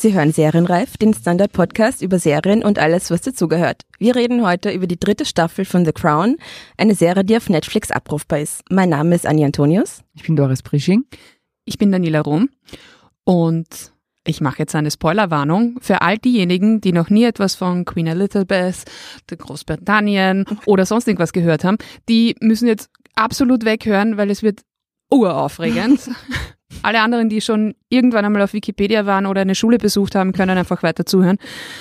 Sie hören Serienreif, den Standard-Podcast über Serien und alles, was dazugehört. Wir reden heute über die 3. Staffel von The Crown, eine Serie, die auf Netflix abrufbar ist. Mein Name ist Anja Antonius. Ich bin Doris Prisching. Ich bin Daniela Rom und ich mache jetzt eine Spoilerwarnung für all diejenigen, die noch nie etwas von Queen Elizabeth, der Großbritannien oder sonst irgendwas gehört haben. Die müssen jetzt absolut weghören, weil es wird uraufregend. Alle anderen, die schon irgendwann einmal auf Wikipedia waren oder eine Schule besucht haben, können einfach weiter zuhören.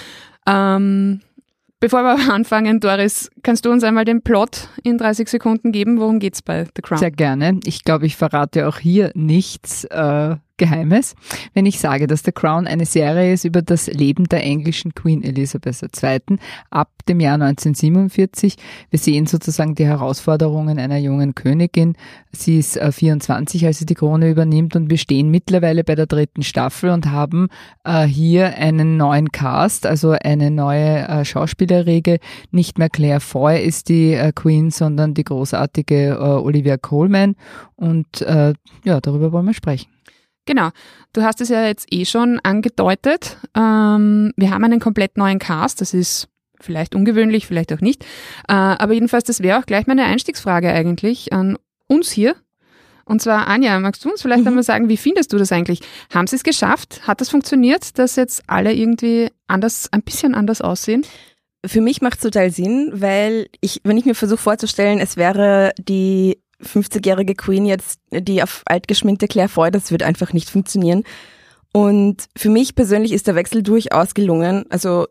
Bevor wir anfangen, Doris, kannst du uns einmal den Plot in 30 Sekunden geben? Worum geht's bei The Crown? Sehr gerne. Ich glaube, ich verrate auch hier nichts Geheimes, wenn ich sage, dass The Crown eine Serie ist über das Leben der englischen Queen Elizabeth II. Ab dem Jahr 1947. Wir sehen sozusagen die Herausforderungen einer jungen Königin. Sie ist 24, als sie die Krone übernimmt, und wir stehen mittlerweile bei der 3. Staffel und haben hier einen neuen Cast, also eine neue Schauspielerriege. Nicht mehr Claire Foy ist die Queen, sondern die großartige Olivia Colman, und darüber wollen wir sprechen. Genau, du hast es ja jetzt schon angedeutet. Wir haben einen komplett neuen Cast, das ist vielleicht ungewöhnlich, vielleicht auch nicht. Aber jedenfalls, das wäre auch gleich meine Einstiegsfrage eigentlich an uns hier. Und zwar, Anja, magst du uns vielleicht einmal sagen, wie findest du das eigentlich? Haben sie es geschafft? Hat das funktioniert, dass jetzt alle irgendwie ein bisschen anders aussehen? Für mich macht es total Sinn, weil wenn ich mir versuche vorzustellen, es wäre die 50-jährige Queen jetzt, die auf alt geschminkte Claire Foy, das wird einfach nicht funktionieren. Und für mich persönlich ist der Wechsel durchaus gelungen. Also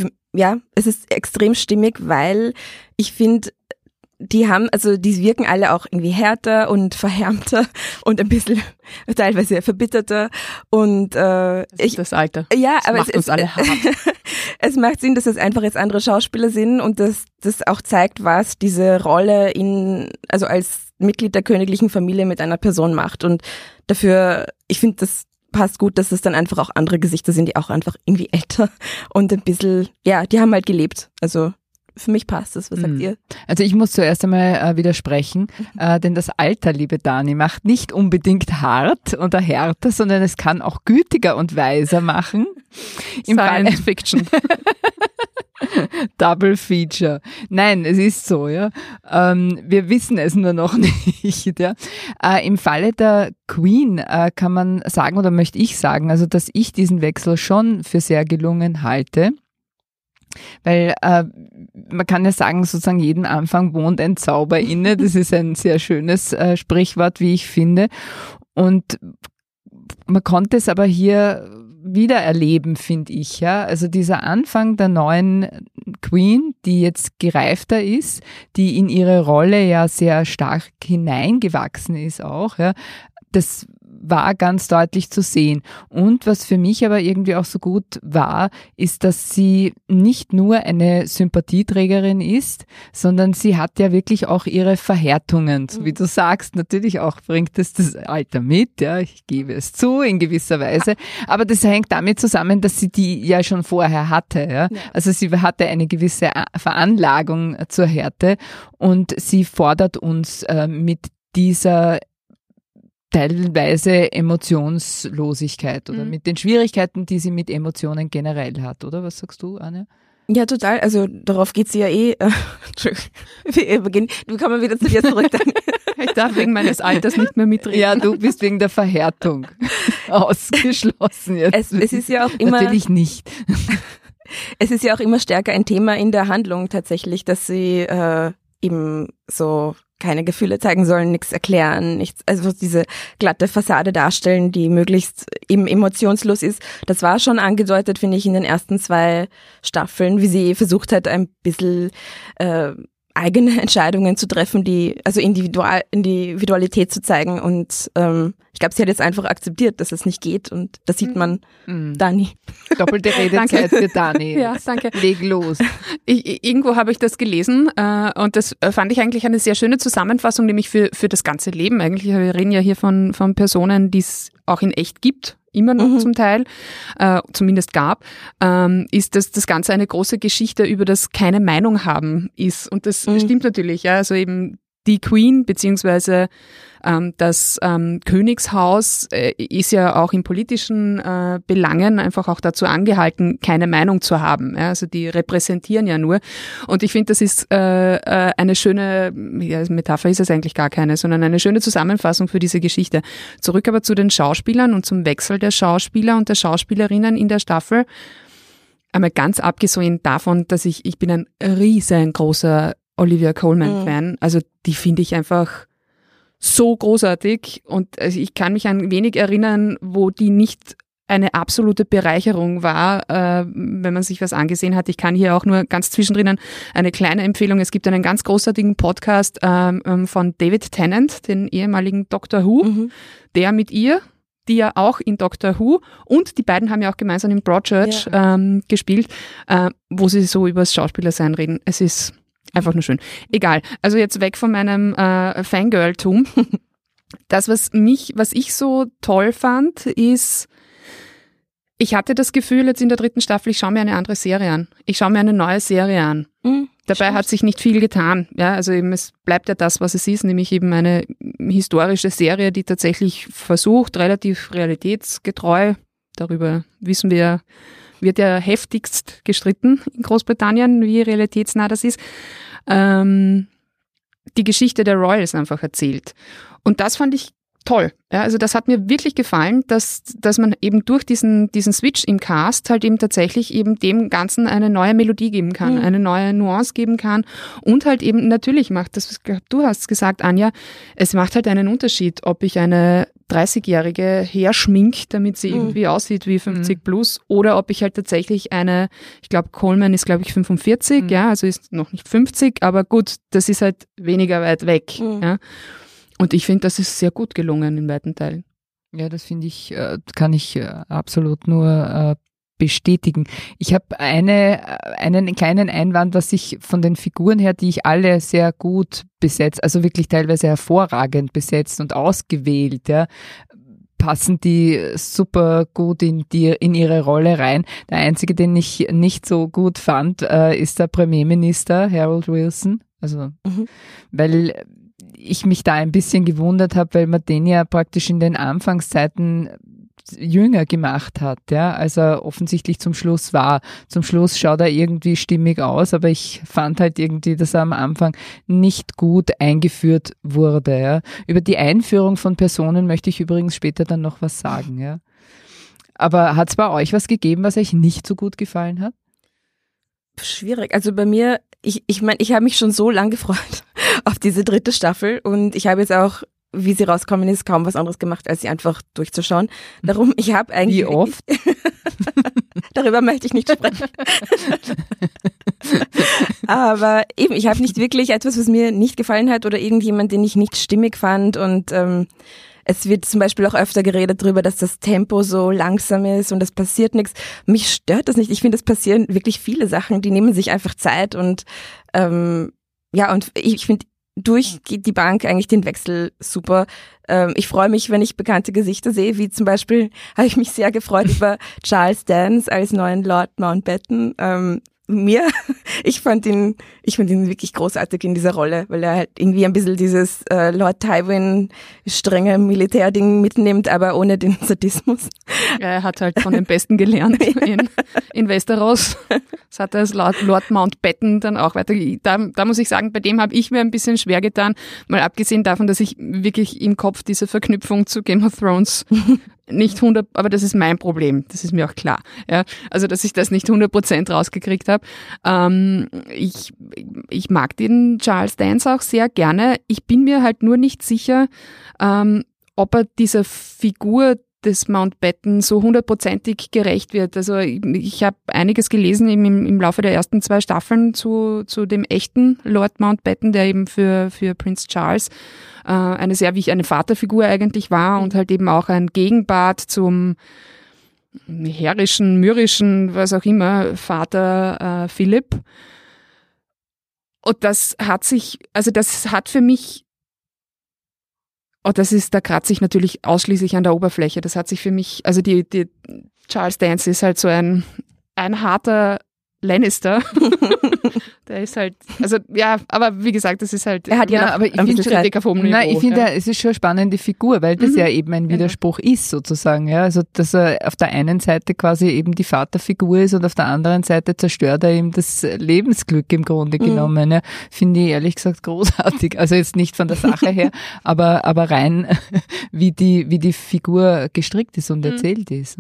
es ist extrem stimmig, weil ich finde, die wirken alle auch irgendwie härter und verhärmter und ein bisschen teilweise verbitterter. Und das ist das Alter. Ja, das aber macht uns alle hart. Es macht Sinn, dass es einfach jetzt andere Schauspieler sind und dass das auch zeigt, was diese Rolle als Mitglied der königlichen Familie mit einer Person macht. Und dafür, ich finde, das passt gut, dass es dann einfach auch andere Gesichter sind, die auch einfach irgendwie älter und ein bisschen, die haben halt gelebt. Also für mich passt das. Was sagt ihr? Also ich muss zuerst einmal widersprechen, denn das Alter, liebe Dani, macht nicht unbedingt hart oder härter, sondern es kann auch gütiger und weiser machen. Science Fiction. Double Feature. Nein, es ist so, ja. Wir wissen es nur noch nicht, ja. Im Falle der Queen kann man sagen, oder möchte ich sagen, also dass ich diesen Wechsel schon für sehr gelungen halte. Weil man kann ja sagen, sozusagen jeden Anfang wohnt ein Zauber inne. Das ist ein sehr schönes Sprichwort, wie ich finde. Und man konnte es aber hier wieder erleben, finde ich. Ja. Also dieser Anfang der neuen Queen, die jetzt gereifter ist, die in ihre Rolle ja sehr stark hineingewachsen ist auch, ja, das war ganz deutlich zu sehen. Und was für mich aber irgendwie auch so gut war, ist, dass sie nicht nur eine Sympathieträgerin ist, sondern sie hat ja wirklich auch ihre Verhärtungen. So wie du sagst, natürlich auch bringt es das Alter mit, ja, ich gebe es zu, in gewisser Weise. Aber das hängt damit zusammen, dass sie die ja schon vorher hatte. Ja? Also sie hatte eine gewisse Veranlagung zur Härte, und sie fordert uns mit dieser teilweise Emotionslosigkeit oder mit den Schwierigkeiten, die sie mit Emotionen generell hat, oder? Was sagst du, Anja? Ja, total. Also darauf geht sie ja wir kommen wieder zu dir zurück. Ich darf wegen meines Alters nicht mehr mitreden. Ja, du bist wegen der Verhärtung ausgeschlossen jetzt. Es ist ja auch immer... Natürlich nicht. Es ist ja auch immer stärker ein Thema in der Handlung tatsächlich, dass sie eben so keine Gefühle zeigen sollen, nichts erklären, nichts, also diese glatte Fassade darstellen, die möglichst eben emotionslos ist. Das war schon angedeutet, finde ich, in den ersten 2 Staffeln, wie sie versucht hat, ein bisschen eigene Entscheidungen zu treffen, also Individualität zu zeigen, und ich glaube, sie hat jetzt einfach akzeptiert, dass es nicht geht, und das sieht man. Dani. Doppelte Redezeit für Dani. Ja, danke. Leg los. Irgendwo habe ich das gelesen und das fand ich eigentlich eine sehr schöne Zusammenfassung, nämlich für das ganze Leben eigentlich. Wir reden ja hier von Personen, die es auch in echt gibt, immer noch zum Teil, zumindest gab, ist das Ganze eine große Geschichte über das keine Meinung haben ist. Und das stimmt natürlich, ja. Also eben die Queen, beziehungsweise das Königshaus ist ja auch in politischen Belangen einfach auch dazu angehalten, keine Meinung zu haben. Ja, also die repräsentieren ja nur. Und ich finde, das ist eine schöne, Metapher ist es eigentlich gar keine, sondern eine schöne Zusammenfassung für diese Geschichte. Zurück aber zu den Schauspielern und zum Wechsel der Schauspieler und der Schauspielerinnen in der Staffel. Einmal ganz abgesehen davon, dass ich bin ein riesengroßer Olivia Colman-Fan. Also die finde ich einfach so großartig und also ich kann mich an wenig erinnern, wo die nicht eine absolute Bereicherung war, wenn man sich was angesehen hat. Ich kann hier auch nur ganz zwischendrin eine kleine Empfehlung. Es gibt einen ganz großartigen Podcast von David Tennant, den ehemaligen Doctor Who, der mit ihr, die ja auch in Doctor Who und die beiden haben ja auch gemeinsam in Broadchurch gespielt, wo sie so über das Schauspielersein reden. Es ist einfach nur schön. Egal. Also jetzt weg von meinem Fangirl-Tum. Das, was ich so toll fand, ist, ich hatte das Gefühl jetzt in der 3. Staffel, ich schaue mir eine andere Serie an. Ich schaue mir eine neue Serie an. Dabei hat sich nicht viel getan. Ja, also eben, es bleibt ja das, was es ist, nämlich eben eine historische Serie, die tatsächlich versucht, relativ realitätsgetreu, darüber wissen wir, wird ja heftigst gestritten in Großbritannien, wie realitätsnah das ist, die Geschichte der Royals einfach erzählt. Und das fand ich toll. Ja, also das hat mir wirklich gefallen, dass man eben durch diesen Switch im Cast halt eben tatsächlich eben dem Ganzen eine neue Melodie geben kann, eine neue Nuance geben kann und halt eben natürlich macht das, du hast gesagt, Anja, es macht halt einen Unterschied, ob ich eine 30-Jährige herschmink, damit sie irgendwie aussieht wie 50 plus, oder ob ich halt tatsächlich ich glaube, Coleman ist, glaube ich, 45, ja, also ist noch nicht 50, aber gut, das ist halt weniger weit weg, ja. Und ich finde, das ist sehr gut gelungen in weiten Teilen. Ja, das finde ich, kann ich absolut nur bestätigen. Ich habe einen kleinen Einwand, was ich von den Figuren her, die ich alle sehr gut besetzt, also wirklich teilweise hervorragend besetzt und ausgewählt, ja, passen die super gut in ihre Rolle rein. Der einzige, den ich nicht so gut fand, ist der Premierminister Harold Wilson. Also, weil ich mich da ein bisschen gewundert habe, weil man den ja praktisch in den Anfangszeiten jünger gemacht hat, ja, als er offensichtlich zum Schluss war. Zum Schluss schaut er irgendwie stimmig aus, aber ich fand halt irgendwie, dass er am Anfang nicht gut eingeführt wurde, ja. Über die Einführung von Personen möchte ich übrigens später dann noch was sagen, ja. Aber hat es bei euch was gegeben, was euch nicht so gut gefallen hat? Schwierig. Also bei mir, ich meine, ich habe mich schon so lang gefreut auf diese 3. Staffel und ich habe jetzt auch, wie sie rauskommen ist, kaum was anderes gemacht, als sie einfach durchzuschauen. Darum, ich habe eigentlich... Wie oft? Darüber möchte ich nicht sprechen. Aber eben, ich habe nicht wirklich etwas, was mir nicht gefallen hat oder irgendjemand, den ich nicht stimmig fand und es wird zum Beispiel auch öfter geredet darüber, dass das Tempo so langsam ist und es passiert nichts. Mich stört das nicht. Ich finde, es passieren wirklich viele Sachen, die nehmen sich einfach Zeit und und ich finde durch die Bank eigentlich den Wechsel super. Ich freue mich, wenn ich bekannte Gesichter sehe, wie zum Beispiel habe ich mich sehr gefreut über Charles Dance als neuen Lord Mountbatten. Ich fand ihn wirklich großartig in dieser Rolle, weil er halt irgendwie ein bisschen dieses Lord Tywin strenge Militärding mitnimmt, aber ohne den Sadismus. Ja, er hat halt von den Besten gelernt in Westeros. Das hat er als Lord Mountbatten dann auch weiter. Da muss ich sagen, bei dem habe ich mir ein bisschen schwer getan, mal abgesehen davon, dass ich wirklich im Kopf diese Verknüpfung zu Game of Thrones nicht 100, aber das ist mein Problem, das ist mir auch klar. Ja, also, dass ich das nicht 100% rausgekriegt habe. Ich mag den Charles Dance auch sehr gerne. Ich bin mir halt nur nicht sicher, ob er dieser Figur des Mountbatten so 100%ig gerecht wird. Also ich habe einiges gelesen im Laufe der ersten 2 Staffeln zu dem echten Lord Mountbatten, der eben für Prince Charles eine Vaterfigur eigentlich war und halt eben auch ein Gegenpart zum herrischen, myrrischen, was auch immer, Vater Philipp. Und das hat für mich, da kratze ich natürlich ausschließlich an der Oberfläche. Das hat sich für mich, also die Charles Dance ist halt so ein harter Lannister. Der ist halt, also ja, aber wie gesagt, das ist halt. Er hat ja noch aber ich ein bisschen finde Kritik auf hohem Niveau. ich finde, es ist schon eine spannende Figur, weil das ja eben ein Widerspruch ist sozusagen. Ja? Also dass er auf der einen Seite quasi eben die Vaterfigur ist und auf der anderen Seite zerstört er ihm das Lebensglück im Grunde genommen. Ja? Finde ich ehrlich gesagt großartig. Also jetzt nicht von der Sache her, aber rein wie die Figur gestrickt ist und erzählt ist.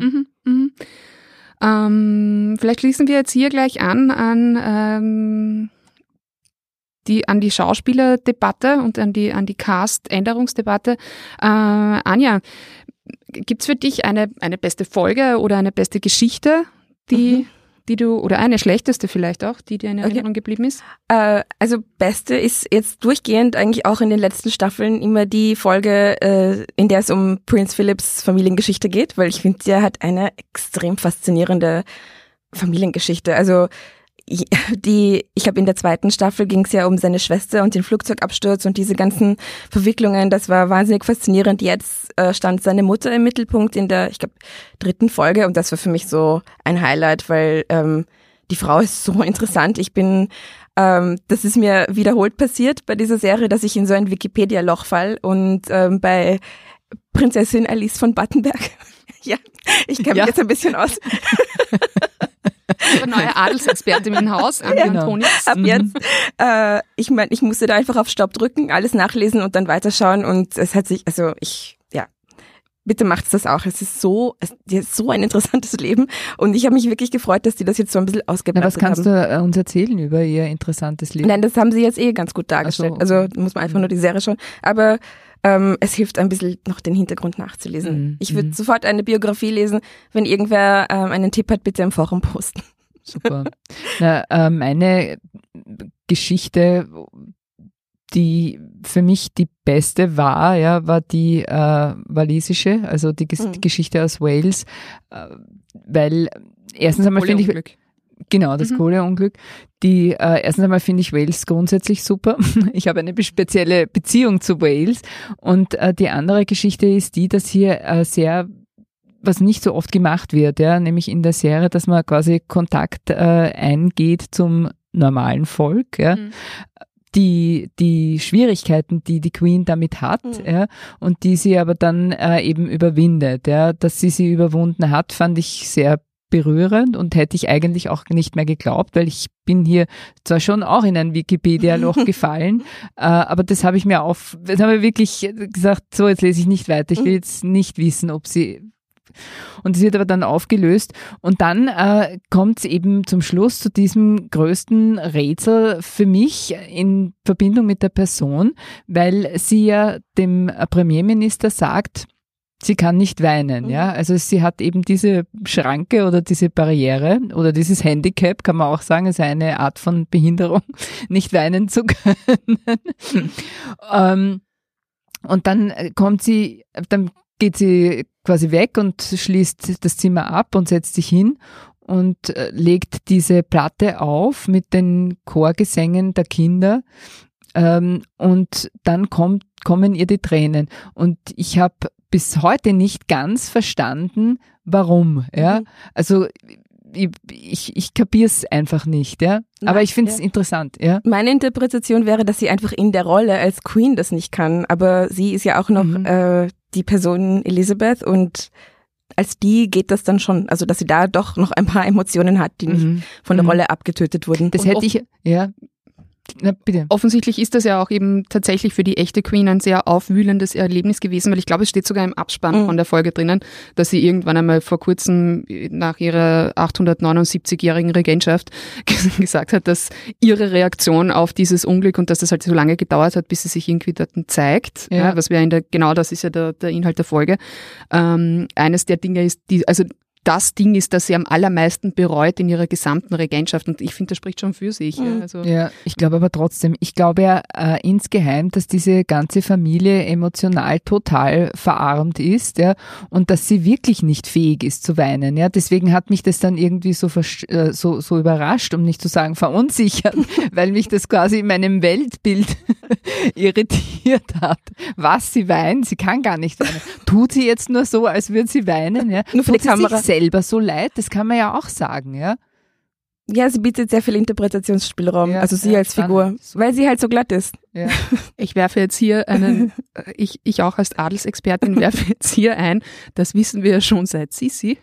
Vielleicht schließen wir jetzt hier gleich an die Schauspielerdebatte und an die Cast-Änderungsdebatte. Anja, gibt's für dich eine beste Folge oder eine beste Geschichte, die du, oder eine schlechteste vielleicht auch, die dir in Erinnerung geblieben ist? Also beste ist jetzt durchgehend eigentlich auch in den letzten Staffeln immer die Folge, in der es um Prince Philips Familiengeschichte geht, weil ich finde, der hat eine extrem faszinierende Familiengeschichte. Also ich glaube, in der zweiten Staffel ging es ja um seine Schwester und den Flugzeugabsturz und diese ganzen Verwicklungen. Das war wahnsinnig faszinierend. Jetzt stand seine Mutter im Mittelpunkt in der, ich glaube, dritten Folge und das war für mich so ein Highlight, weil die Frau ist so interessant. Das ist mir wiederholt passiert bei dieser Serie, dass ich in so ein Wikipedia-Loch fall und bei Prinzessin Alice von Battenberg, ja, ich kenne mich jetzt ein bisschen aus. Neue Adelsexpertin im Haus, Antonius. Ab jetzt, ich musste da einfach auf Stopp drücken, alles nachlesen und dann weiterschauen und es hat sich, bitte macht's das auch. Die hat so ein interessantes Leben und ich habe mich wirklich gefreut, dass die das jetzt so ein bisschen ausgebreitet haben. Was kannst du uns erzählen über ihr interessantes Leben? Nein, das haben sie jetzt ganz gut dargestellt. Ach so, okay. Also muss man einfach nur die Serie schauen. Aber es hilft ein bisschen noch den Hintergrund nachzulesen. Ich würde sofort eine Biografie lesen. Wenn irgendwer einen Tipp hat, bitte im Forum posten. Super. Meine Geschichte, die für mich die beste war die walisische, also die Geschichte aus Wales, weil erstens einmal finde ich, genau, das Kohleunglück. Erstens einmal finde ich Wales grundsätzlich super. Ich habe eine spezielle Beziehung zu Wales. Und die andere Geschichte ist die, dass hier was nicht so oft gemacht wird, ja, nämlich in der Serie, dass man quasi Kontakt eingeht zum normalen Volk, ja. Die Schwierigkeiten, die Queen damit hat, ja, und die sie aber dann eben überwindet, ja, dass sie überwunden hat, fand ich sehr berührend und hätte ich eigentlich auch nicht mehr geglaubt, weil ich bin hier zwar schon auch in ein Wikipedia-Loch gefallen, aber das habe ich wirklich gesagt, so jetzt lese ich nicht weiter, ich will jetzt nicht wissen, ob sie. Und es wird aber dann aufgelöst und dann kommt es eben zum Schluss zu diesem größten Rätsel für mich in Verbindung mit der Person, weil sie ja dem Premierminister sagt, sie kann nicht weinen, ja. Also sie hat eben diese Schranke oder diese Barriere oder dieses Handicap, kann man auch sagen, ist eine Art von Behinderung, nicht weinen zu können. Und dann geht sie quasi weg und schließt das Zimmer ab und setzt sich hin und legt diese Platte auf mit den Chorgesängen der Kinder. Und dann kommen ihr die Tränen. Und ich habe bis heute nicht ganz verstanden, warum. Ja? Also ich kapiere es einfach nicht, ja. Aber ich finde es interessant, ja. Meine Interpretation wäre, dass sie einfach in der Rolle als Queen das nicht kann. Aber sie ist ja auch noch die Person Elizabeth und als die geht das dann schon. Also dass sie da doch noch ein paar Emotionen hat, die nicht von der Rolle abgetötet wurden. Das hätte ich, ja. Na, bitte. Offensichtlich ist das ja auch eben tatsächlich für die echte Queen ein sehr aufwühlendes Erlebnis gewesen, weil ich glaube, es steht sogar im Abspann von der Folge drinnen, dass sie irgendwann einmal vor kurzem nach ihrer 879-jährigen Regentschaft gesagt hat, dass ihre Reaktion auf dieses Unglück und dass das halt so lange gedauert hat, bis sie sich irgendwie dort zeigt, ja, was wir genau das ist ja der Inhalt der Folge. Eines der Dinge ist, das Ding ist, das sie am allermeisten bereut in ihrer gesamten Regentschaft und ich finde, das spricht schon für sich. Ja, ich glaube aber trotzdem, ja insgeheim, dass diese ganze Familie emotional total verarmt ist, ja, und dass sie wirklich nicht fähig ist zu weinen, ja. Deswegen hat mich das dann irgendwie so überrascht, um nicht zu sagen verunsichert, weil mich das quasi in meinem Weltbild irritiert hat. Was, sie weint? Sie kann gar nicht weinen. Tut sie jetzt nur so, als würde sie weinen, ja? Nur für die Kamera. Selber so leid, das kann man ja auch sagen, ja. Ja, sie bietet sehr viel Interpretationsspielraum, Ja, also sie ja, als Figur, spannend. weil sie halt so glatt ist. Ja. Ich werfe jetzt hier ich auch als Adelsexpertin werfe jetzt hier ein, das wissen wir ja schon seit Sissi,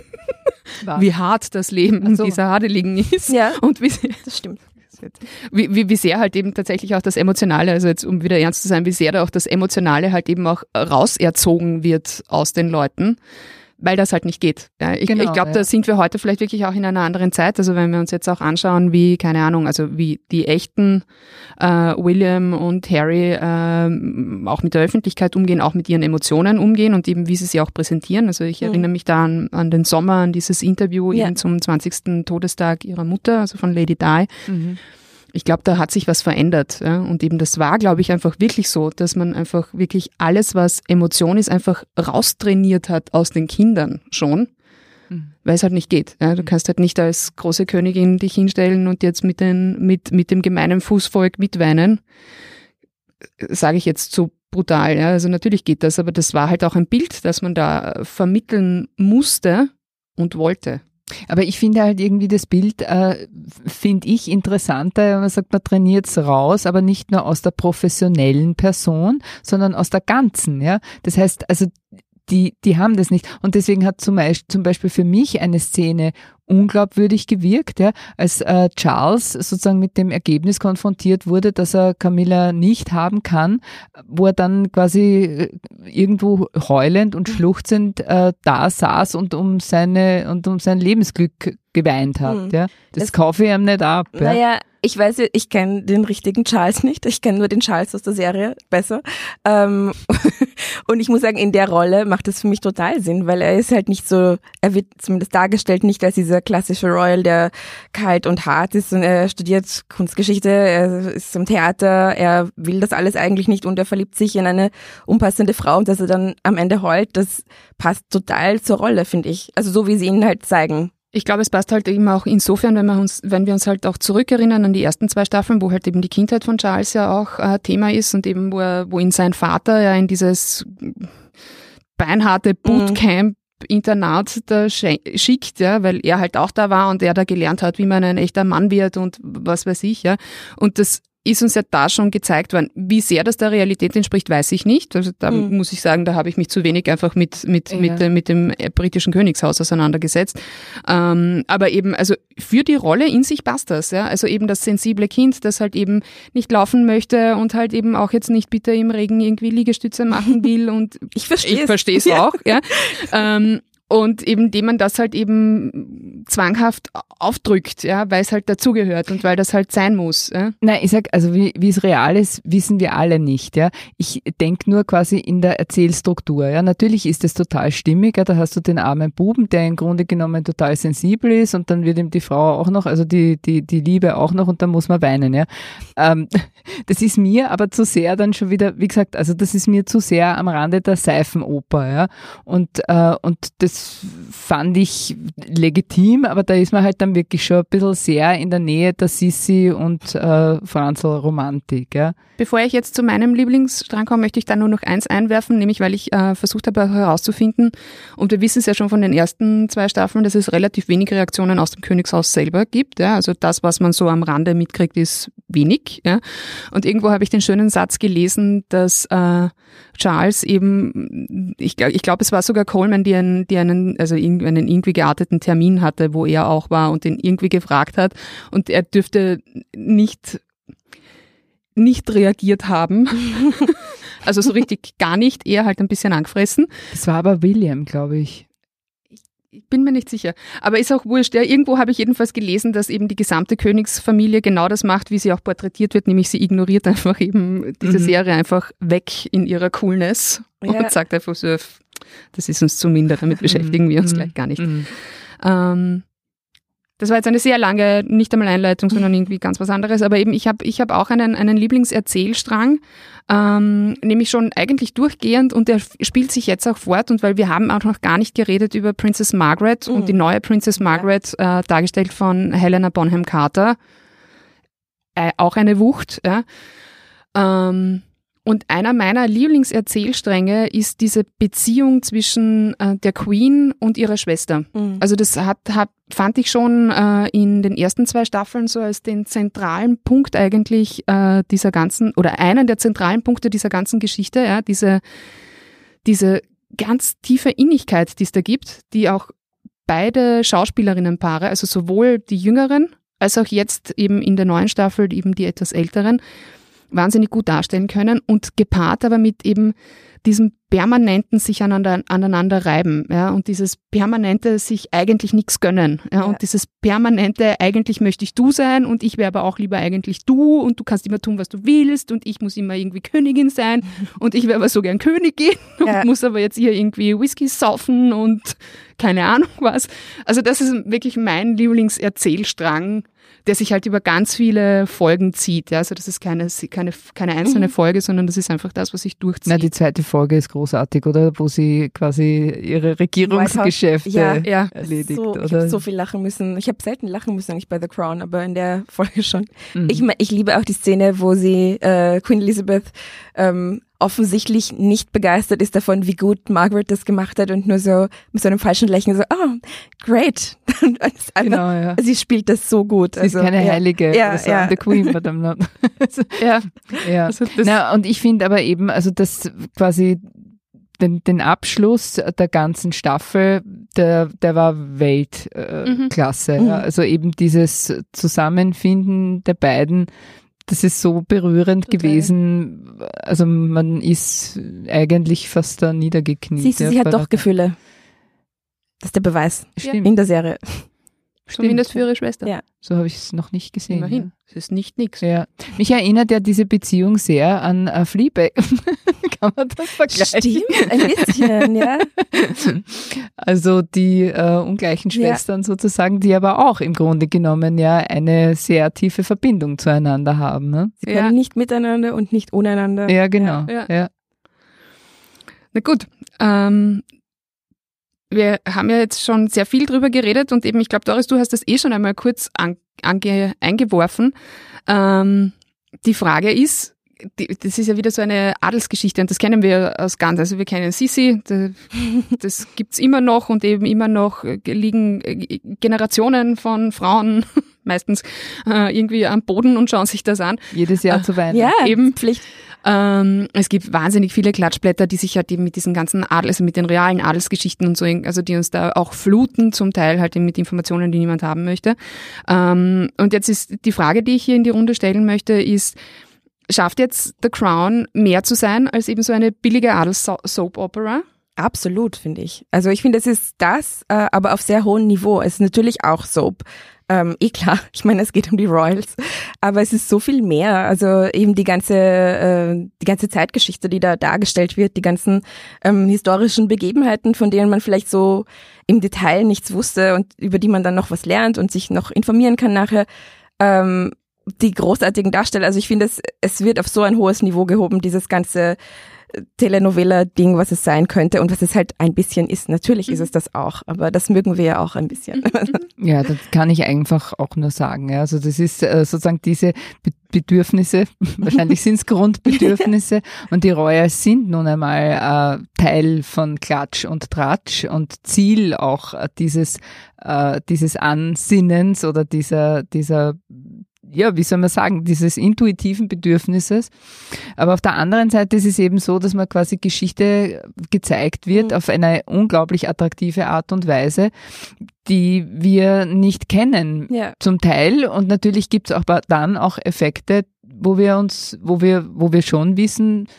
wie hart das Leben dieser Adeligen ist Ja, und wie das stimmt. sehr halt eben tatsächlich auch das Emotionale, also jetzt um wieder ernst zu sein, wie sehr da auch das Emotionale halt eben auch rauserzogen wird aus den Leuten, weil das halt nicht geht. Ja, ich glaube, da sind wir heute vielleicht wirklich auch in einer anderen Zeit, also wenn wir uns jetzt auch anschauen, wie, keine Ahnung, also wie die echten William und Harry auch mit der Öffentlichkeit umgehen, auch mit ihren Emotionen umgehen und eben wie sie sie auch präsentieren. Also ich erinnere mich da an den Sommer, an dieses Interview eben zum 20. Todestag ihrer Mutter, also von Lady Di. Mhm. Ich glaube, da hat sich was verändert. Ja? Und eben das war, glaube ich, einfach wirklich so, dass man einfach wirklich alles, was Emotion ist, einfach raustrainiert hat aus den Kindern schon, weil es halt nicht geht. Ja? Du kannst halt nicht als große Königin dich hinstellen und jetzt mit dem gemeinen Fußvolk mitweinen. Sage ich jetzt so brutal. Ja? Also natürlich geht das, aber das war halt auch ein Bild, das man da vermitteln musste und wollte. Aber ich finde halt irgendwie das Bild, finde ich interessanter, man sagt, man trainiert es raus, aber nicht nur aus der professionellen Person, sondern aus der ganzen, ja. Das heißt, also die haben das nicht. Und deswegen hat zum Beispiel für mich eine Szene unglaubwürdig gewirkt, ja, als Charles sozusagen mit dem Ergebnis konfrontiert wurde, dass er Camilla nicht haben kann, wo er dann quasi irgendwo heulend und schluchzend da saß und um sein Lebensglück geweint hat. Ja. Das kaufe ich ihm nicht ab. Ja. Naja, ich weiß, ich kenne den richtigen Charles nicht. Ich kenne nur den Charles aus der Serie besser. Und ich muss sagen, in der Rolle macht es für mich total Sinn, weil er ist halt nicht so, er wird zumindest dargestellt nicht als dieser klassische Royal, der kalt und hart ist und er studiert Kunstgeschichte, er ist im Theater, er will das alles eigentlich nicht und er verliebt sich in eine unpassende Frau und dass er dann am Ende heult, das passt total zur Rolle, finde ich. Also so, wie sie ihn halt zeigen. Ich glaube, es passt halt eben auch insofern, wenn wir uns halt auch zurückerinnern an die ersten 2 Staffeln, wo halt eben die Kindheit von Charles ja auch Thema ist und eben wo ihn sein Vater ja in dieses beinharte Bootcamp-Internat da schickt, ja, weil er halt auch da war und er da gelernt hat, wie man ein echter Mann wird und was weiß ich, ja. Und das ist uns ja da schon gezeigt worden. Wie sehr das der Realität entspricht, weiß ich nicht. Also da muss ich sagen, da habe ich mich zu wenig einfach mit dem britischen Königshaus auseinandergesetzt. Aber eben, also für die Rolle in sich passt das. Ja? Also eben das sensible Kind, das halt eben nicht laufen möchte und halt eben auch jetzt nicht bitte im Regen irgendwie Liegestütze machen will. Und ich verstehe es auch. Ja. Und eben dem man das halt eben zwanghaft aufdrückt, ja, weil es halt dazugehört und weil das halt sein muss. Ja. Nein, ich sag, also wie es real ist, wissen wir alle nicht. Ja. Ich denke nur quasi in der Erzählstruktur. Ja. Natürlich ist es total stimmig, ja. Da hast du den armen Buben, der im Grunde genommen total sensibel ist und dann wird ihm die Frau auch noch, also die Liebe auch noch und dann muss man weinen. Ja. Das ist mir aber zu sehr dann schon wieder, wie gesagt, also das ist mir zu sehr am Rande der Seifenoper. Ja. Und das fand ich legitim, aber da ist man halt dann wirklich schon ein bisschen sehr in der Nähe der Sissi und Franzl Romantik. Ja. Bevor ich jetzt zu meinem Lieblingsstrang komme, möchte ich da nur noch eins einwerfen, nämlich weil ich versucht habe herauszufinden, und wir wissen es ja schon von den ersten 2 Staffeln, dass es relativ wenig Reaktionen aus dem Königshaus selber gibt. Ja. Also das, was man so am Rande mitkriegt, ist wenig. Ja. Und irgendwo habe ich den schönen Satz gelesen, dass Charles eben, ich glaube, es war sogar Coleman, die einen irgendwie gearteten Termin hatte, wo er auch war und den irgendwie gefragt hat und er dürfte nicht reagiert haben. Also so richtig gar nicht, eher halt ein bisschen angefressen. Das war aber William, glaube ich. Ich bin mir nicht sicher. Aber ist auch wurscht. Ja, irgendwo habe ich jedenfalls gelesen, dass eben die gesamte Königsfamilie genau das macht, wie sie auch porträtiert wird, nämlich sie ignoriert einfach eben diese Serie einfach weg in ihrer Coolness und sagt einfach so, das ist uns zu minder, damit beschäftigen wir uns gleich gar nicht. Das war jetzt eine sehr lange, nicht einmal Einleitung, sondern irgendwie ganz was anderes. Aber eben, ich hab auch einen Lieblingserzählstrang, nämlich schon eigentlich durchgehend und der spielt sich jetzt auch fort. Und weil wir haben auch noch gar nicht geredet über Princess Margaret und die neue Princess Margaret, dargestellt von Helena Bonham Carter. Auch eine Wucht, ja. Und einer meiner Lieblingserzählstränge ist diese Beziehung zwischen der Queen und ihrer Schwester. Mhm. Also das fand ich schon in den ersten 2 Staffeln so als den zentralen Punkt eigentlich dieser ganzen, oder einen der zentralen Punkte dieser ganzen Geschichte, ja, diese ganz tiefe Innigkeit, die es da gibt, die auch beide Schauspielerinnenpaare, also sowohl die Jüngeren als auch jetzt eben in der neuen Staffel eben die etwas älteren, wahnsinnig gut darstellen können und gepaart aber mit eben diesem permanenten sich aneinander reiben, ja, und dieses permanente sich eigentlich nichts gönnen, ja, und dieses permanente eigentlich möchte ich du sein und ich wäre aber auch lieber eigentlich du und du kannst immer tun, was du willst und ich muss immer irgendwie Königin sein und ich wäre aber so gern Königin und muss aber jetzt hier irgendwie Whisky saufen und keine Ahnung was. Also das ist wirklich mein Lieblingserzählstrang, der sich halt über ganz viele Folgen zieht. Ja, also das ist keine einzelne Folge, sondern das ist einfach das, was sich durchzieht. Na, die zweite Folge ist großartig, oder? Wo sie quasi ihre Regierungsgeschäfte erledigt. So, oder? Ich habe so viel lachen müssen. Ich habe selten lachen müssen eigentlich bei The Crown, aber in der Folge schon. Mhm. Ich liebe auch die Szene, wo sie Queen Elizabeth offensichtlich nicht begeistert ist davon, wie gut Margaret das gemacht hat und nur so mit so einem falschen Lächeln so, oh, great. Und einfach, genau, ja. Sie spielt das so gut. Sie ist keine Heilige, the Queen, but I'm not. Ja. Also na, und ich finde aber eben, also das quasi den Abschluss der ganzen Staffel, der war Weltklasse. Ja. Also eben dieses Zusammenfinden der beiden, das ist so berührend gewesen. Also man ist eigentlich fast da niedergekniet. Siehst du, sie hat doch Gefühle. Das ist der Beweis. Stimmt. In der Serie. Zumindest für ihre Schwester. Ja. So habe ich es noch nicht gesehen. Immerhin. Ja. Es ist nicht nix. Ja. Mich erinnert ja diese Beziehung sehr an Fleabag. Kann man das vergleichen? Stimmt, ein bisschen, ja. Also die ungleichen Schwestern sozusagen, die aber auch im Grunde genommen ja eine sehr tiefe Verbindung zueinander haben. Ne? Sie können nicht miteinander und nicht ohne einander. Ja, genau. Ja. Na gut, wir haben ja jetzt schon sehr viel drüber geredet und eben, ich glaube, Doris, du hast das schon einmal kurz eingeworfen. Die Frage ist, das ist ja wieder so eine Adelsgeschichte und das kennen wir aus ganz, also wir kennen Sissi, das gibt's immer noch und eben immer noch liegen Generationen von Frauen meistens irgendwie am Boden und schauen sich das an. Jedes Jahr zu Weihnachten. Ja, eben. Pflicht. Es gibt wahnsinnig viele Klatschblätter, die sich halt eben mit diesen ganzen also mit den realen Adelsgeschichten und so, also die uns da auch fluten, zum Teil halt eben mit Informationen, die niemand haben möchte. Und jetzt ist die Frage, die ich hier in die Runde stellen möchte, ist, schafft jetzt The Crown mehr zu sein als eben so eine billige Adels-Soap-Opera? Absolut, finde ich. Also ich finde, es ist das, aber auf sehr hohem Niveau. Es ist natürlich auch Soap. Klar, ich meine, es geht um die Royals, aber es ist so viel mehr. Also eben die ganze Zeitgeschichte, die da dargestellt wird, die ganzen historischen Begebenheiten, von denen man vielleicht so im Detail nichts wusste und über die man dann noch was lernt und sich noch informieren kann nachher. Die großartigen Darsteller, also ich finde, es wird auf so ein hohes Niveau gehoben, dieses ganze Telenovela-Ding, was es sein könnte und was es halt ein bisschen ist. Natürlich ist es das auch, aber das mögen wir ja auch ein bisschen. Ja, das kann ich einfach auch nur sagen. Ja. Also das ist sozusagen diese Bedürfnisse, wahrscheinlich sind es Grundbedürfnisse und die Royals sind nun einmal Teil von Klatsch und Tratsch und Ziel auch dieses Ansinnens oder dieser ja, wie soll man sagen, dieses intuitiven Bedürfnisses. Aber auf der anderen Seite ist es eben so, dass man quasi Geschichte gezeigt wird auf eine unglaublich attraktive Art und Weise, die wir nicht kennen, zum Teil. Und natürlich gibt es auch dann auch Effekte, wo wir schon wissen,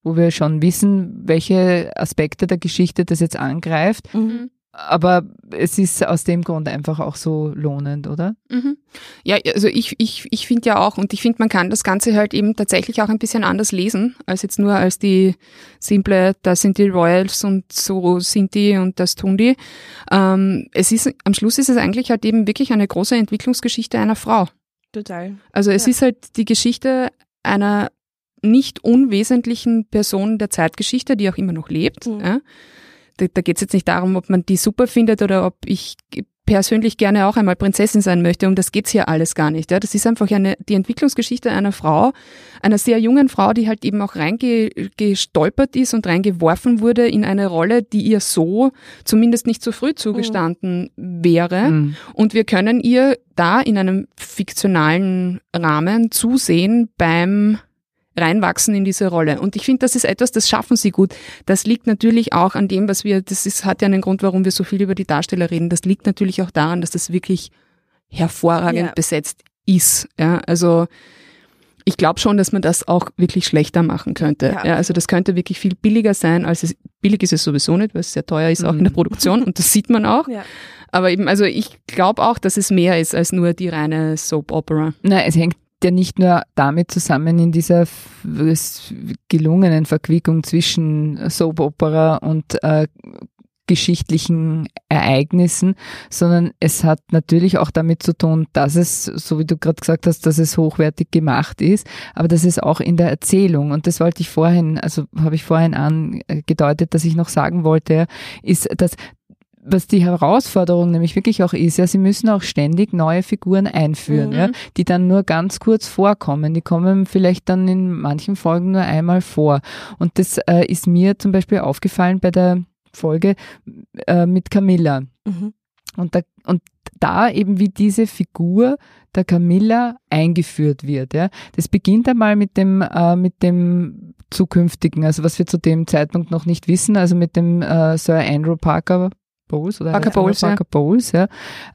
welche Aspekte der Geschichte das jetzt angreift. Mhm. Aber es ist aus dem Grund einfach auch so lohnend, oder? Mhm. Ja, also ich finde ja auch, und ich finde, man kann das Ganze halt eben tatsächlich auch ein bisschen anders lesen, als jetzt nur als die simple, das sind die Royals und so sind die und das tun die. Am Schluss ist es eigentlich halt eben wirklich eine große Entwicklungsgeschichte einer Frau. Total. Also es ist halt die Geschichte einer nicht unwesentlichen Person der Zeitgeschichte, die auch immer noch lebt, ja. Da geht es jetzt nicht darum, ob man die super findet oder ob ich persönlich gerne auch einmal Prinzessin sein möchte. Um das geht's hier alles gar nicht. Ja. Das ist einfach die Entwicklungsgeschichte einer Frau, einer sehr jungen Frau, die halt eben auch reingestolpert ist und reingeworfen wurde in eine Rolle, die ihr so zumindest nicht so früh zugestanden wäre. Und wir können ihr da in einem fiktionalen Rahmen zusehen beim reinwachsen in diese Rolle. Und ich finde, das ist etwas, das schaffen sie gut. Das liegt natürlich auch an dem, hat ja einen Grund, warum wir so viel über die Darsteller reden. Das liegt natürlich auch daran, dass das wirklich hervorragend besetzt ist. Ja, also ich glaube schon, dass man das auch wirklich schlechter machen könnte. Ja, also das könnte wirklich viel billiger sein, billig ist es sowieso nicht, weil es sehr teuer ist, auch in der Produktion, und das sieht man auch. Ja. Aber eben, also ich glaube auch, dass es mehr ist als nur die reine Soap Opera. Nein, es hängt ja nicht nur damit zusammen in dieser gelungenen Verquickung zwischen Soap Opera und geschichtlichen Ereignissen, sondern es hat natürlich auch damit zu tun, dass es, so wie du gerade gesagt hast, dass es hochwertig gemacht ist, aber dass es auch in der Erzählung, und das habe ich vorhin angedeutet, dass ich noch sagen wollte, ist, dass was die Herausforderung nämlich wirklich auch ist, ja, sie müssen auch ständig neue Figuren einführen, ja, die dann nur ganz kurz vorkommen. Die kommen vielleicht dann in manchen Folgen nur einmal vor. Und das ist mir zum Beispiel aufgefallen bei der Folge mit Camilla. Und da eben wie diese Figur der Camilla eingeführt wird. Ja. Das beginnt einmal mit dem zukünftigen, also was wir zu dem Zeitpunkt noch nicht wissen, also mit dem Sir Andrew Parker Bowles, der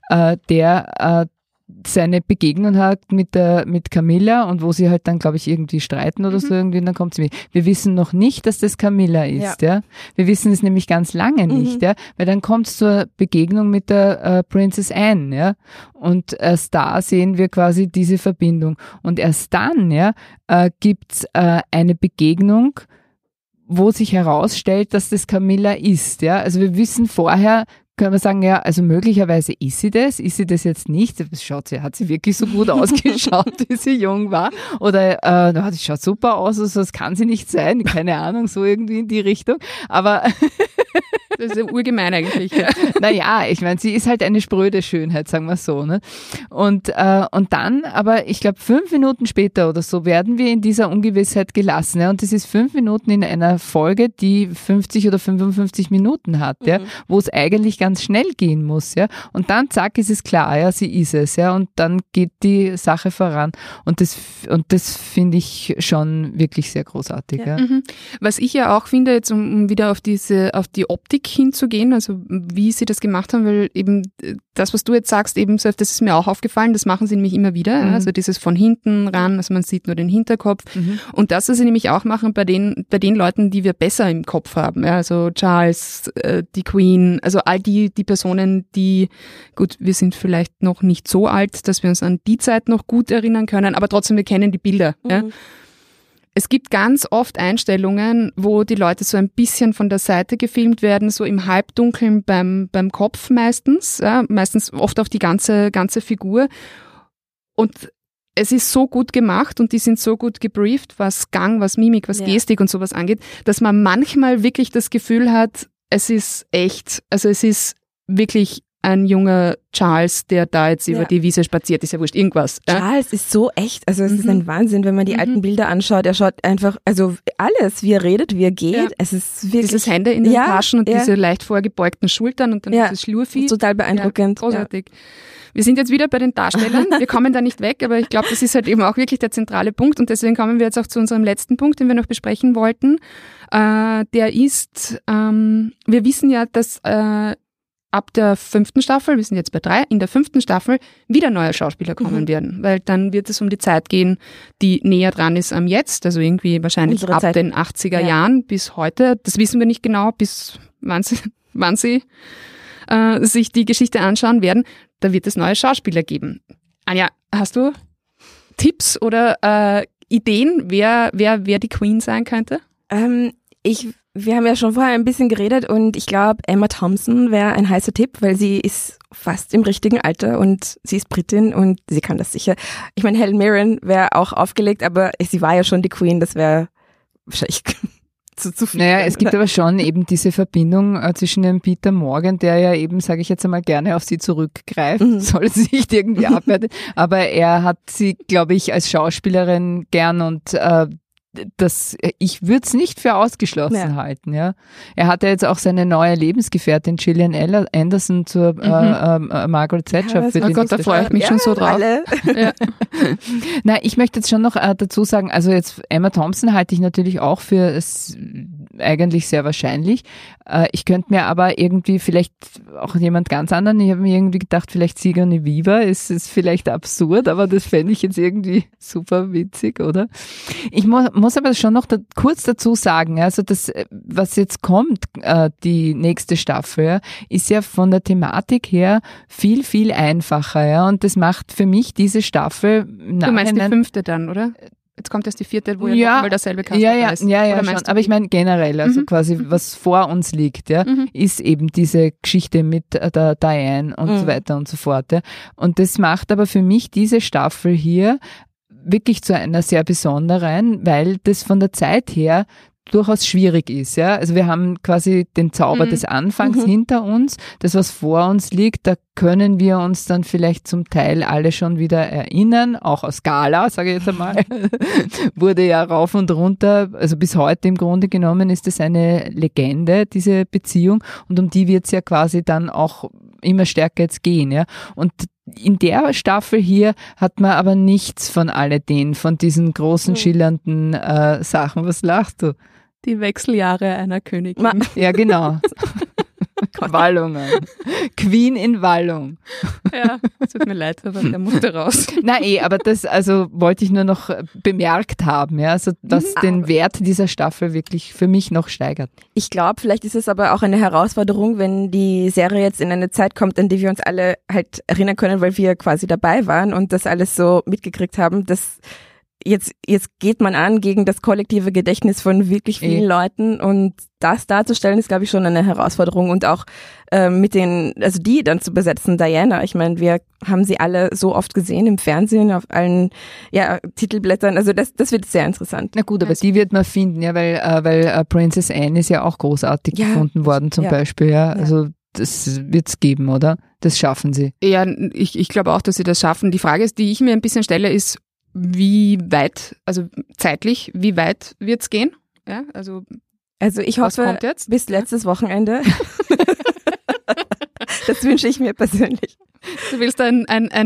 seine Begegnung hat mit Camilla, und wo sie halt dann, glaube ich, irgendwie streiten oder so irgendwie, und dann kommt sie mit. Wir wissen noch nicht, dass das Camilla ist, ja. Wir wissen es nämlich ganz lange nicht, ja, weil dann kommt es zur Begegnung mit der Princess Anne, ja, und erst da sehen wir quasi diese Verbindung, und erst dann, ja, gibt's eine Begegnung, wo sich herausstellt, dass das Camilla ist, ja. Also wir wissen vorher, können wir sagen, ja, also möglicherweise ist sie das jetzt nicht? Hat sie wirklich so gut ausgeschaut, wie sie jung war? Oder die schaut super aus, also das kann sie nicht sein, keine Ahnung, so irgendwie in die Richtung. Aber das ist ja urgemein eigentlich. Ja. Naja, ich meine, sie ist halt eine spröde Schönheit, sagen wir so. Ne? Und dann, aber ich glaube 5 Minuten später oder so, werden wir in dieser Ungewissheit gelassen. Ja? Und das ist 5 Minuten in einer Folge, die 50 oder 55 Minuten hat, ja? Wo es eigentlich ganz schnell gehen muss. Ja? Und dann, zack, ist es klar, ja, sie ist es. Ja? Und dann geht die Sache voran. Und das finde ich schon wirklich sehr großartig. Ja. Ja. Was ich ja auch finde, jetzt um wieder auf die Optik hinzugehen, also wie sie das gemacht haben, weil eben das, was du jetzt sagst, eben, das ist mir auch aufgefallen, das machen sie nämlich immer wieder, also dieses von hinten ran, also man sieht nur den Hinterkopf, und das, was sie nämlich auch machen bei den Leuten, die wir besser im Kopf haben, ja, also Charles, die Queen, also all die Personen, die, gut, wir sind vielleicht noch nicht so alt, dass wir uns an die Zeit noch gut erinnern können, aber trotzdem, wir kennen die Bilder, ja. Es gibt ganz oft Einstellungen, wo die Leute so ein bisschen von der Seite gefilmt werden, so im Halbdunkeln beim Kopf meistens, ja, meistens oft auf die ganze Figur. Und es ist so gut gemacht und die sind so gut gebrieft, was Gang, was Mimik, was Gestik und sowas angeht, dass man manchmal wirklich das Gefühl hat, es ist echt, also es ist wirklich ein junger Charles, der da jetzt über die Wiese spaziert, ist ja wurscht, irgendwas. Charles ist so echt, also es ist ein Wahnsinn, wenn man die alten Bilder anschaut, er schaut einfach, also alles, wie er redet, wie er geht, es ist wirklich... Dieses Hände in den Taschen und diese leicht vorgebeugten Schultern und dann dieses Schlurvieh. Total beeindruckend. Großartig. Ja. Wir sind jetzt wieder bei den Darstellern, wir kommen da nicht weg, aber ich glaube, das ist halt eben auch wirklich der zentrale Punkt, und deswegen kommen wir jetzt auch zu unserem letzten Punkt, den wir noch besprechen wollten. Der ist, wir wissen ja, dass ab der 5. Staffel, wir sind jetzt bei 3, in der 5. Staffel wieder neue Schauspieler kommen werden, weil dann wird es um die Zeit gehen, die näher dran ist am Jetzt, also irgendwie wahrscheinlich unsere ab Zeit. Den 80er Jahren bis heute, das wissen wir nicht genau, bis wann sie sich die Geschichte anschauen werden, da wird es neue Schauspieler geben. Anja, hast du Tipps oder Ideen, wer die Queen sein könnte? Wir haben ja schon vorher ein bisschen geredet und ich glaube, Emma Thompson wäre ein heißer Tipp, weil sie ist fast im richtigen Alter und sie ist Britin und sie kann das sicher. Ich meine, Helen Mirren wäre auch aufgelegt, aber sie war ja schon die Queen, das wäre wahrscheinlich zu viel. Naja, es gibt aber schon eben diese Verbindung zwischen dem Peter Morgan, der ja eben, sage ich jetzt einmal, gerne auf sie zurückgreift, soll sie nicht irgendwie abwerten, aber er hat sie, glaube ich, als Schauspielerin gern und ich würde es nicht für ausgeschlossen halten. Ja. Er hat ja jetzt auch seine neue Lebensgefährtin Gillian Anderson zur Margaret Thatcher. Ja, oh Gott, da freue ich mich schon so drauf. Ja. Na, ich möchte jetzt schon noch dazu sagen, also jetzt Emma Thompson halte ich natürlich auch für eigentlich sehr wahrscheinlich. Ich könnte mir aber irgendwie vielleicht auch jemand ganz anderen, ich habe mir irgendwie gedacht, vielleicht Sigourney Weaver, ist vielleicht absurd, aber das fände ich jetzt irgendwie super witzig, oder? Ich muss aber schon noch kurz dazu sagen, also das, was jetzt kommt, die nächste Staffel, ja, ist ja von der Thematik her viel, viel einfacher, ja, und das macht für mich diese Staffel Du meinst die 5. dann, oder? Jetzt kommt erst die 4., wo ja mal derselbe Cast ist. Ja, schon. Aber ich meine generell, also quasi was vor uns liegt, ja, ist eben diese Geschichte mit der Diane und so weiter und so fort. Ja. Und das macht aber für mich diese Staffel hier wirklich zu einer sehr besonderen, weil das von der Zeit her durchaus schwierig ist, ja. Also wir haben quasi den Zauber des Anfangs hinter uns. Das, was vor uns liegt, da können wir uns dann vielleicht zum Teil alle schon wieder erinnern, auch aus Gala, sage ich jetzt einmal, wurde ja rauf und runter, also bis heute im Grunde genommen ist das eine Legende, diese Beziehung, und um die wird es ja quasi dann auch immer stärker jetzt gehen, ja. Und in der Staffel hier hat man aber nichts von alledem, von diesen großen, schillernden Sachen. Was lachst du? Die Wechseljahre einer Königin. Ja, genau. Wallungen. Queen in Wallung. Ja, tut mir leid, aber der musste raus. Nein, aber das wollte ich nur noch bemerkt haben, ja, also was den Wert dieser Staffel wirklich für mich noch steigert. Ich glaube, vielleicht ist es aber auch eine Herausforderung, wenn die Serie jetzt in eine Zeit kommt, an die wir uns alle halt erinnern können, weil wir quasi dabei waren und das alles so mitgekriegt haben, dass jetzt geht man an gegen das kollektive Gedächtnis von wirklich vielen Leuten, und das darzustellen ist, glaube ich, schon eine Herausforderung, und auch also die dann zu besetzen, Diana. Ich meine, wir haben sie alle so oft gesehen im Fernsehen, auf allen Titelblättern, also das wird sehr interessant. Na gut, aber die wird man finden, ja, weil Princess Anne ist ja auch großartig gefunden worden zum Beispiel, ja, also das wird's geben, oder? Das schaffen sie. Ja, ich glaube auch, dass sie das schaffen. Die Frage ist, die ich mir ein bisschen stelle, ist, wie weit, also zeitlich, wie weit wird's gehen? Ja, also ich hoffe, bis letztes Wochenende. Das wünsche ich mir persönlich. Du willst ein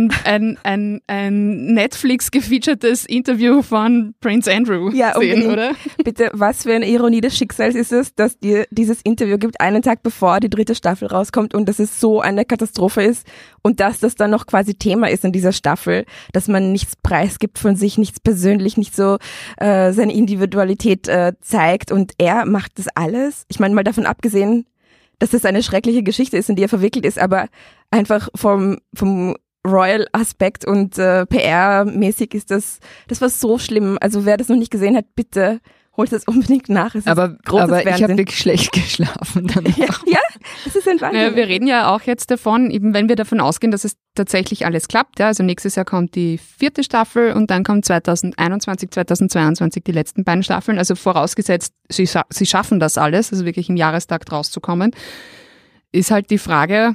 Netflix-gefeaturtes Interview von Prince Andrew sehen, oder? Bitte, was für eine Ironie des Schicksals ist es, dass dir dieses Interview gibt, einen Tag bevor die 3. Staffel rauskommt, und dass es so eine Katastrophe ist und dass das dann noch quasi Thema ist in dieser Staffel, dass man nichts preisgibt von sich, nichts persönlich, nicht so seine Individualität zeigt, und er macht das alles. Ich meine, mal davon abgesehen, dass das eine schreckliche Geschichte ist, in die er verwickelt ist, aber einfach vom Royal-Aspekt und PR-mäßig ist das war so schlimm. Also wer das noch nicht gesehen hat, bitte holt das unbedingt nach. Es aber ich habe wirklich schlecht geschlafen danach. Ja, es ist ein Wahnsinn. Ja, wir reden ja auch jetzt davon, eben wenn wir davon ausgehen, dass es tatsächlich alles klappt. Ja, also nächstes Jahr kommt die 4. Staffel und dann kommt 2021, 2022 die letzten beiden Staffeln. Also vorausgesetzt, sie schaffen das alles, also wirklich im Jahrestakt rauszukommen, ist halt die Frage,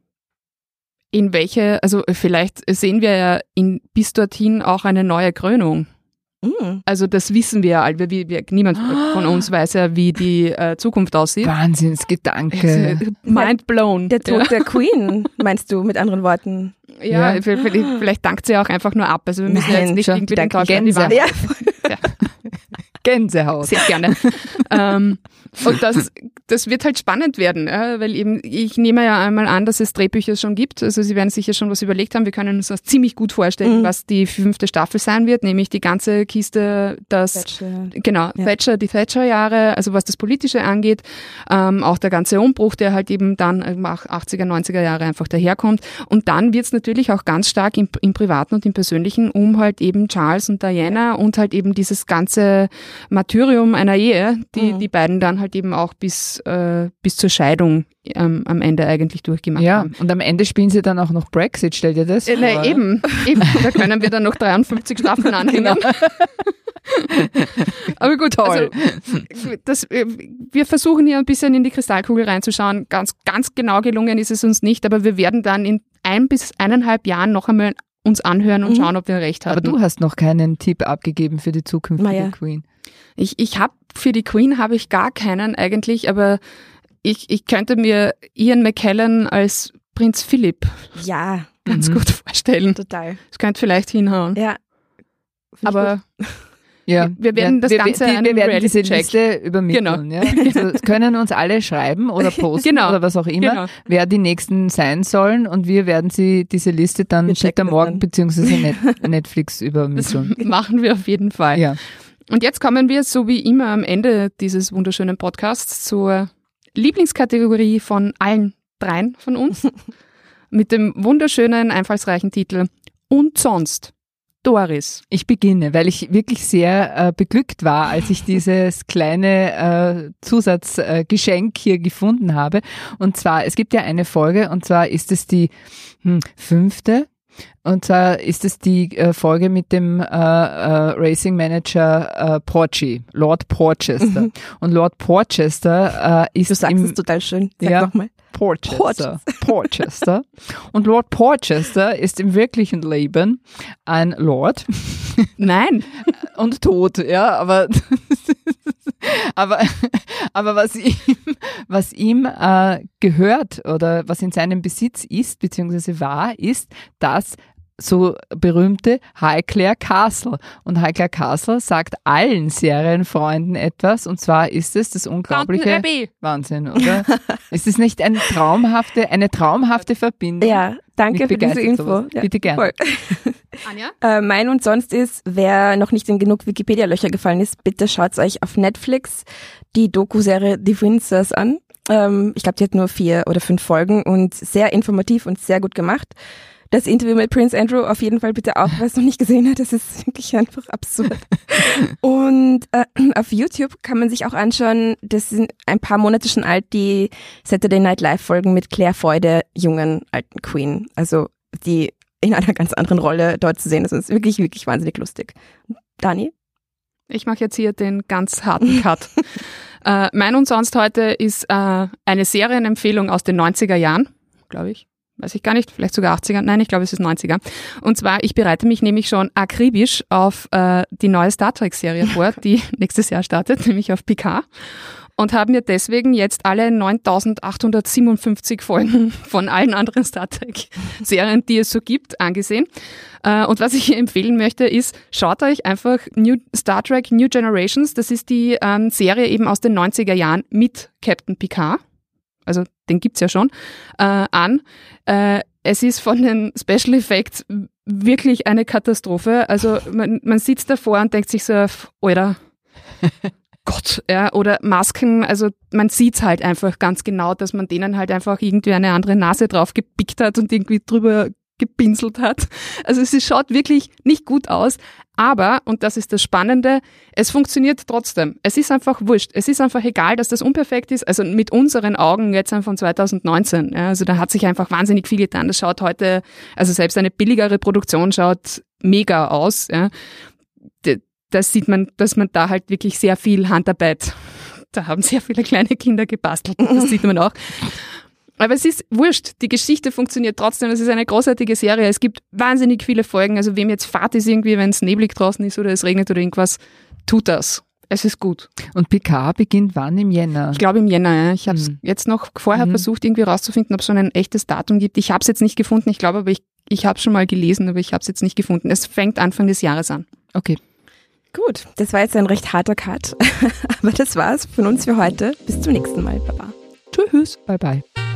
in welche, also vielleicht sehen wir ja bis dorthin auch eine neue Krönung. Also das wissen wir ja alle. Niemand von uns weiß ja, wie die Zukunft aussieht. Wahnsinnsgedanke. Mind blown. Der Tod der Queen, meinst du, mit anderen Worten? Ja. Vielleicht dankt sie auch einfach nur ab. Also wir müssen jetzt nicht irgendwie den Gänsehaut. Gänsehaut. Sehr gerne. Und das wird halt spannend werden, weil eben, ich nehme ja einmal an, dass es Drehbücher schon gibt. Also sie werden sicher schon was überlegt haben. Wir können uns das ziemlich gut vorstellen, was die 5. Staffel sein wird, nämlich die ganze Kiste, Thatcher, die Thatcher-Jahre, also was das Politische angeht, auch der ganze Umbruch, der halt eben dann 80er, 90er Jahre einfach daherkommt. Und dann wird es natürlich auch ganz stark im Privaten und im Persönlichen um halt eben Charles und Diana und halt eben dieses ganze Martyrium einer Ehe, die beiden dann halt eben auch bis zur Scheidung am Ende eigentlich durchgemacht haben. Ja, und am Ende spielen sie dann auch noch Brexit, stell dir das vor. Eben. Da können wir dann noch 53 Staffeln anhängen. Aber gut, Toll. Also, wir versuchen hier ein bisschen in die Kristallkugel reinzuschauen. Ganz genau gelungen ist es uns nicht, aber wir werden dann in 1 bis 1,5 Jahren noch einmal uns anhören und schauen, ob wir recht hatten. Aber du hast noch keinen Tipp abgegeben für die zukünftige Queen. Ich habe für die Queen habe ich gar keinen eigentlich, aber ich könnte mir Ian McKellen als Prinz Philipp ganz gut vorstellen. Total. Das könnte vielleicht hinhauen. Ja. Aber ja. wir werden das Ganze wir werden diese Reality-Check. Liste übermitteln. Genau. Ja? Also es können uns alle schreiben oder posten oder was auch immer, wer die nächsten sein sollen und wir werden diese Liste dann später morgen beziehungsweise Netflix übermitteln. Das machen wir auf jeden Fall. Ja. Und jetzt kommen wir, so wie immer am Ende dieses wunderschönen Podcasts, zur Lieblingskategorie von allen 3 von uns mit dem wunderschönen, einfallsreichen Titel Und sonst, Doris. Ich beginne, weil ich wirklich sehr beglückt war, als ich dieses kleine Zusatzgeschenk hier gefunden habe. Und zwar, es gibt ja eine Folge, und zwar ist es die 5. Und zwar ist es die Folge mit dem Racing Manager Porgy, Lord Porchester. Und Lord Porchester ist Du sagst es total schön. Sag nochmal. Porchester. Und Lord Porchester ist im wirklichen Leben ein Lord. Nein. Und tot, ja, aber was ihm gehört oder was in seinem Besitz ist, beziehungsweise war, ist das so berühmte Highclere Castle. Und Highclere Castle sagt allen Serienfreunden etwas, und zwar ist es das unglaubliche Wahnsinn, oder? Ist es nicht eine traumhafte Verbindung? Ja, danke für diese Info. Ja, bitte gerne. Anja? Mein und sonst ist, wer noch nicht in genug Wikipedia-Löcher gefallen ist, bitte schaut euch auf Netflix die Doku-Serie The Windsors an. Ich glaube, die hat nur 4 oder 5 Folgen und sehr informativ und sehr gut gemacht. Das Interview mit Prince Andrew auf jeden Fall bitte auch, wer es noch nicht gesehen hat. Das ist wirklich einfach absurd. Und auf YouTube kann man sich auch anschauen, das sind ein paar Monate schon alt, die Saturday Night Live Folgen mit Claire Foy, der jungen alten Queen. Also die in einer ganz anderen Rolle dort zu sehen ist. Das ist wirklich, wirklich wahnsinnig lustig. Dani? Ich mache jetzt hier den ganz harten Cut. Mein und sonst heute ist eine Serienempfehlung aus den 90er Jahren, glaube ich. Weiß ich gar nicht, vielleicht sogar 80er. Nein, ich glaube, es ist 90er. Und zwar, ich bereite mich nämlich schon akribisch auf die neue Star Trek-Serie vor, die nächstes Jahr startet, nämlich auf Picard. Und habe mir deswegen jetzt alle 9857 Folgen von allen anderen Star Trek-Serien, die es so gibt, angesehen. Und was ich hier empfehlen möchte, ist, schaut euch einfach Star Trek New Generations, das ist die Serie eben aus den 90er Jahren mit Captain Picard. Also den gibt's ja schon, an. Es ist von den Special Effects wirklich eine Katastrophe. Also man sitzt davor und denkt sich so, Alter, Gott, ja, oder Masken, also man sieht's halt einfach ganz genau, dass man denen halt einfach irgendwie eine andere Nase drauf gepickt hat und irgendwie drüber gepinselt hat. Also es schaut wirklich nicht gut aus, aber, und das ist das Spannende, es funktioniert trotzdem. Es ist einfach wurscht. Es ist einfach egal, dass das unperfekt ist. Also mit unseren Augen jetzt von 2019. Ja, also da hat sich einfach wahnsinnig viel getan. Das schaut heute, also selbst eine billigere Produktion schaut mega aus. Ja. Das sieht man, dass man da halt wirklich sehr viel Handarbeit, da haben sehr viele kleine Kinder gebastelt. Das sieht man auch. Aber es ist wurscht, die Geschichte funktioniert trotzdem, es ist eine großartige Serie, es gibt wahnsinnig viele Folgen, also wem jetzt Fahrt ist irgendwie, wenn es neblig draußen ist oder es regnet oder irgendwas, tut das. Es ist gut. Und Picard beginnt wann? Im Jänner? Ich glaube im Jänner, ja. Ich habe es jetzt noch vorher versucht, irgendwie rauszufinden, ob es schon ein echtes Datum gibt. Ich habe es jetzt nicht gefunden, ich glaube aber, ich habe es schon mal gelesen, aber ich habe es jetzt nicht gefunden. Es fängt Anfang des Jahres an. Okay. Gut, das war jetzt ein recht harter Cut, aber das war's von uns für heute. Bis zum nächsten Mal. Baba. Tschüss. Bye bye.